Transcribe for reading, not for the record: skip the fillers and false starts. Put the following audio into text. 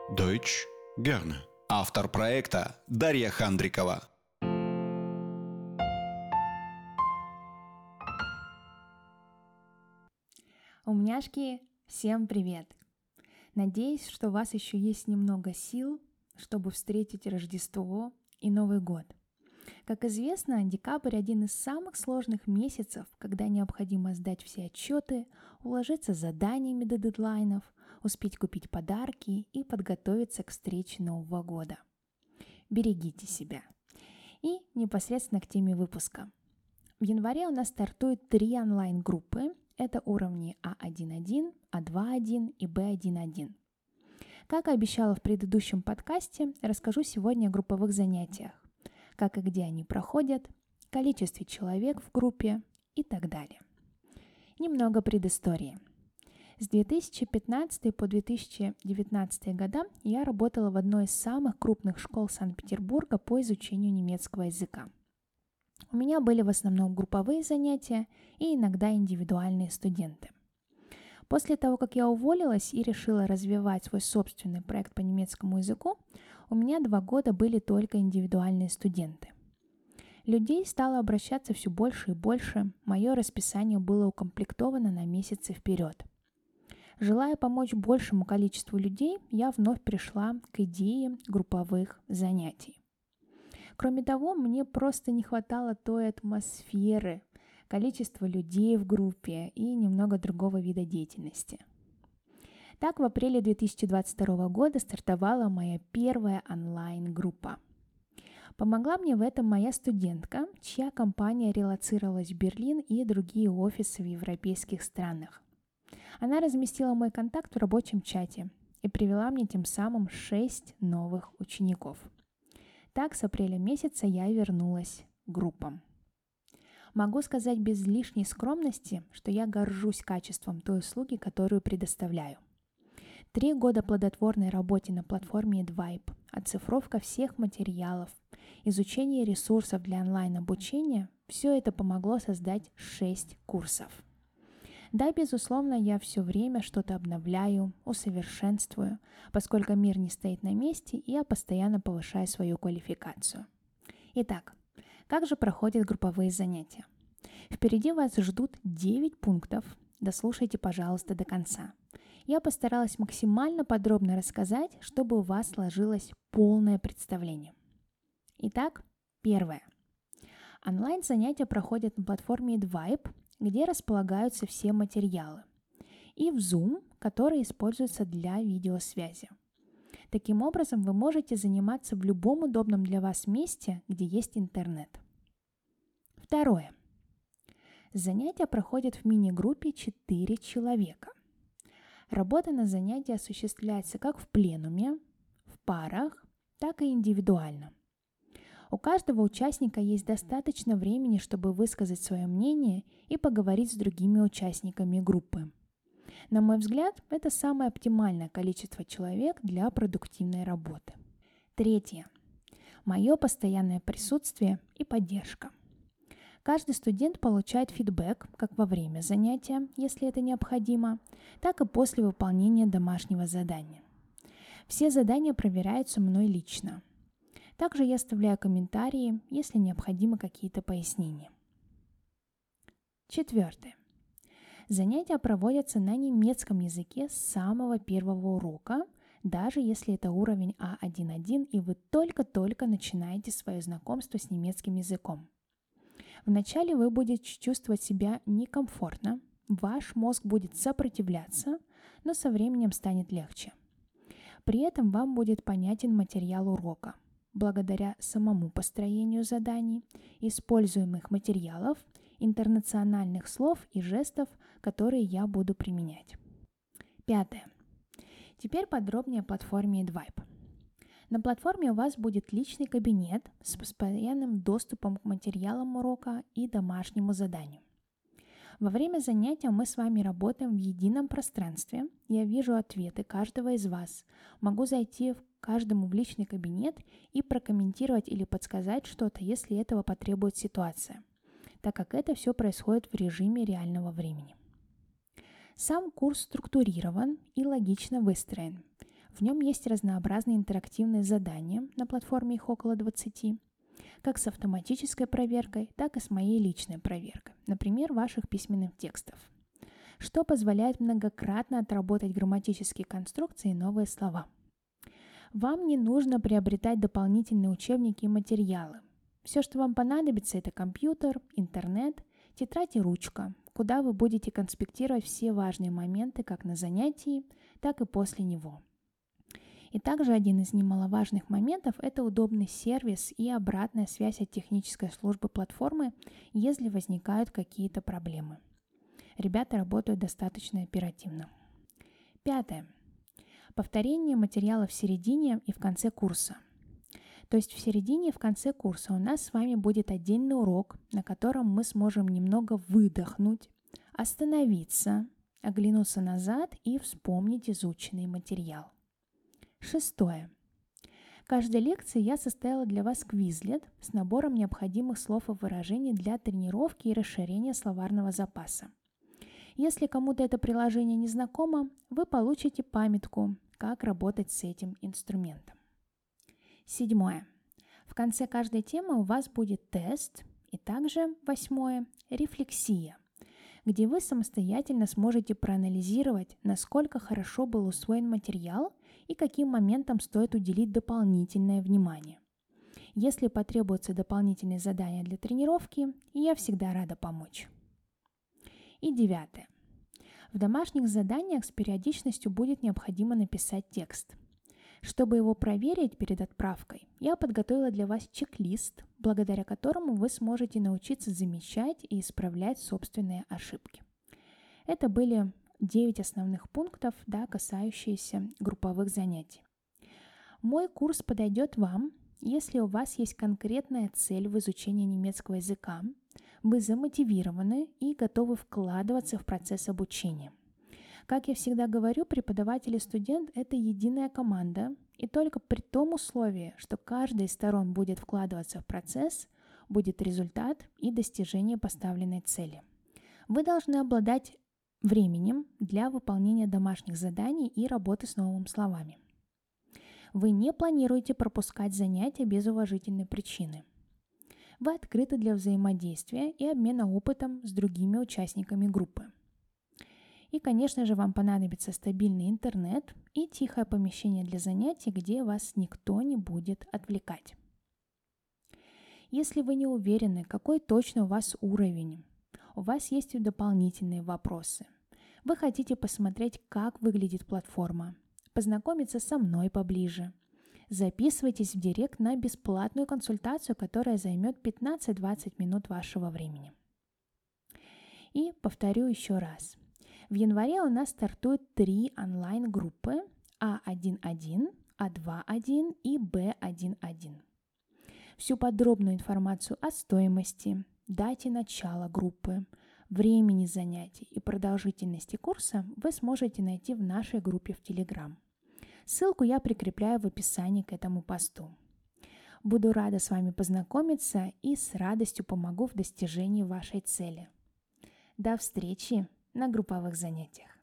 Deutsch gerne. Автор проекта Дарья Хандрикова. Умняшки, всем привет! Надеюсь, что у вас еще есть немного сил, чтобы встретить Рождество и Новый год. Как известно, декабрь – один из самых сложных месяцев, когда необходимо сдать все отчеты, уложиться с заданиями до дедлайнов, успеть купить подарки и подготовиться к встрече Нового года. Берегите себя. И непосредственно к теме выпуска. В январе у нас стартует 3 онлайн-группы. Это уровни А1.1, А2.1 и Б1.1. Как и обещала в предыдущем подкасте, расскажу сегодня о групповых занятиях, как и где они проходят, количестве человек в группе и так далее. Немного предыстории. С 2015 по 2019 года я работала в одной из самых крупных школ Санкт-Петербурга по изучению немецкого языка. У меня были в основном групповые занятия и иногда индивидуальные студенты. После того, как я уволилась и решила развивать свой собственный проект по немецкому языку, у меня 2 года были только индивидуальные студенты. Людей стало обращаться все больше и больше, мое расписание было укомплектовано на месяцы вперед. Желая помочь большему количеству людей, я вновь пришла к идее групповых занятий. Кроме того, мне просто не хватало той атмосферы, количества людей в группе и немного другого вида деятельности. Так, в апреле 2022 года стартовала моя первая онлайн-группа. Помогла мне в этом моя студентка, чья компания релоцировалась в Берлин и другие офисы в европейских странах. Она разместила мой контакт в рабочем чате и привела мне тем самым 6 новых учеников. Так, с апреля месяца я вернулась к группам. Могу сказать без лишней скромности, что я горжусь качеством той услуги, которую предоставляю. 3 года плодотворной работы на платформе Edvibe, оцифровка всех материалов, изучение ресурсов для онлайн-обучения – все это помогло создать 6 курсов. Да, безусловно, я все время что-то обновляю, усовершенствую, поскольку мир не стоит на месте, и я постоянно повышаю свою квалификацию. Итак, как же проходят групповые занятия? Впереди вас ждут 9 пунктов. Дослушайте, пожалуйста, до конца. Я постаралась максимально подробно рассказать, чтобы у вас сложилось полное представление. Итак, первое. Онлайн-занятия проходят на платформе Edvibe, где располагаются все материалы, и в Zoom, который используется для видеосвязи. Таким образом, вы можете заниматься в любом удобном для вас месте, где есть интернет. Второе. Занятия проходят в мини-группе 4 человека. Работа на занятии осуществляется как в пленуме, в парах, так и индивидуально. У каждого участника есть достаточно времени, чтобы высказать свое мнение и поговорить с другими участниками группы. На мой взгляд, это самое оптимальное количество человек для продуктивной работы. Третье. Мое постоянное присутствие и поддержка. Каждый студент получает фидбэк как во время занятия, если это необходимо, так и после выполнения домашнего задания. Все задания проверяются мной лично. Также я оставляю комментарии, если необходимы какие-то пояснения. Четвертое. Занятия проводятся на немецком языке с самого первого урока, даже если это уровень А1.1 и вы только-только начинаете свое знакомство с немецким языком. Вначале вы будете чувствовать себя некомфортно, ваш мозг будет сопротивляться, но со временем станет легче. При этом вам будет понятен материал урока, благодаря самому построению заданий, используемых материалов, интернациональных слов и жестов, которые я буду применять. Пятое. Теперь подробнее о платформе Edvibe. На платформе у вас будет личный кабинет с постоянным доступом к материалам урока и домашнему заданию. Во время занятия мы с вами работаем в едином пространстве. Я вижу ответы каждого из вас. Могу зайти каждому в личный кабинет и прокомментировать или подсказать что-то, если этого потребует ситуация, так как это все происходит в режиме реального времени. Сам курс структурирован и логично выстроен. В нем есть разнообразные интерактивные задания, на платформе их около 20, как с автоматической проверкой, так и с моей личной проверкой, например, ваших письменных текстов, что позволяет многократно отработать грамматические конструкции и новые слова. Вам не нужно приобретать дополнительные учебники и материалы. Все, что вам понадобится, это компьютер, интернет, тетрадь и ручка, куда вы будете конспектировать все важные моменты как на занятии, так и после него. И также один из немаловажных моментов – это удобный сервис и обратная связь от технической службы платформы, если возникают какие-то проблемы. Ребята работают достаточно оперативно. 5. Повторение материала в середине и в конце курса. То есть в середине и в конце курса у нас с вами будет отдельный урок, на котором мы сможем немного выдохнуть, остановиться, оглянуться назад и вспомнить изученный материал. 6. Каждой лекции я составила для вас квизлет с набором необходимых слов и выражений для тренировки и расширения словарного запаса. Если кому-то это приложение не знакомо, вы получите памятку, как работать с этим инструментом. 7. В конце каждой темы у вас будет тест, и также 8. Рефлексия, где вы самостоятельно сможете проанализировать, насколько хорошо был усвоен материал и каким моментам стоит уделить дополнительное внимание. Если потребуются дополнительные задания для тренировки, я всегда рада помочь. И 9. В домашних заданиях с периодичностью будет необходимо написать текст. Чтобы его проверить перед отправкой, я подготовила для вас чек-лист, благодаря которому вы сможете научиться замечать и исправлять собственные ошибки. Это были 9 основных пунктов, касающиеся групповых занятий. Мой курс подойдет вам, если у вас есть конкретная цель в изучении немецкого языка, вы замотивированы и готовы вкладываться в процесс обучения. Как я всегда говорю, преподаватель и студент – это единая команда, и только при том условии, что каждая из сторон будет вкладываться в процесс, будет результат и достижение поставленной цели. Вы должны обладать временем для выполнения домашних заданий и работы с новыми словами. Вы не планируете пропускать занятия без уважительной причины. Вы открыты для взаимодействия и обмена опытом с другими участниками группы. И, конечно же, вам понадобится стабильный интернет и тихое помещение для занятий, где вас никто не будет отвлекать. Если вы не уверены, какой точно у вас уровень, у вас есть и дополнительные вопросы. Вы хотите посмотреть, как выглядит платформа, познакомиться со мной поближе. Записывайтесь в директ на бесплатную консультацию, которая займет 15-20 минут вашего времени. И повторю еще раз. В январе у нас стартуют 3 онлайн-группы А1.1, А2.1 и Б1.1. Всю подробную информацию о стоимости, дате начала группы, времени занятий и продолжительности курса вы сможете найти в нашей группе в Telegram. Ссылку я прикрепляю в описании к этому посту. Буду рада с вами познакомиться и с радостью помогу в достижении вашей цели. До встречи на групповых занятиях.